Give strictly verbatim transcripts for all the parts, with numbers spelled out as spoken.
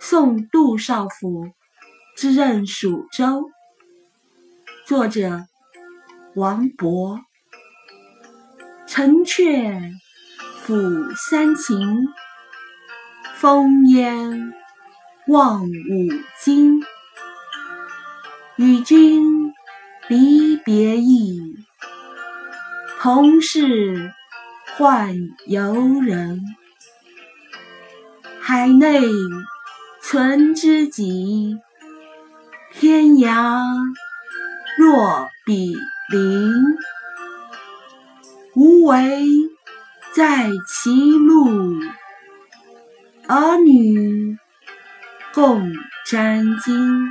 送杜少府之任蜀州。作者王勃。城阙辅三秦，风烟望五津。与君离别意，同是宦游人。海内存知己，天涯若比邻。无为在歧路，儿女共沾巾。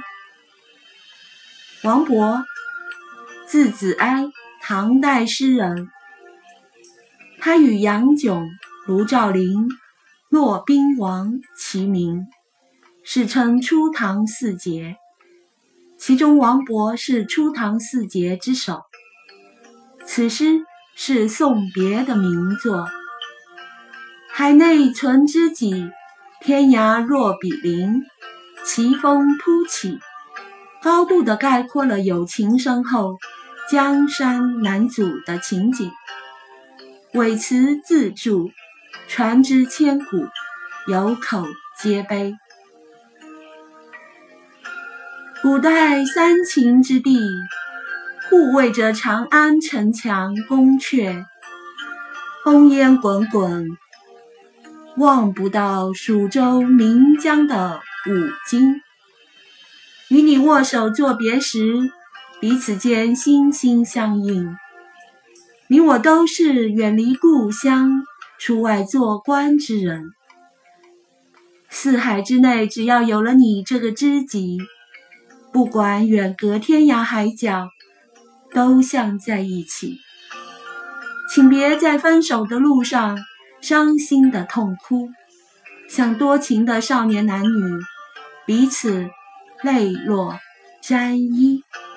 王勃，字子哀，唐代诗人。他与杨炯、卢照邻、骆宾王齐名，世称初唐四杰，其中王勃是初唐四杰之首。此诗是送别的名作。海内存知己，天涯若比邻，奇峰突起，高度地概括了友情深厚、江山难阻的情景。尾词自注，传之千古，有口皆碑。古代三秦之地，护卫着长安城墙宫阙，烽烟滚滚，望不到蜀州岷江的五津。与你握手作别时，彼此间心心相印。你我都是远离故乡，出外做官之人。四海之内，只要有了你这个知己，不管远隔天涯海角，都像在一起。请别在分手的路上伤心的痛哭，像多情的少年男女，彼此泪落沾衣。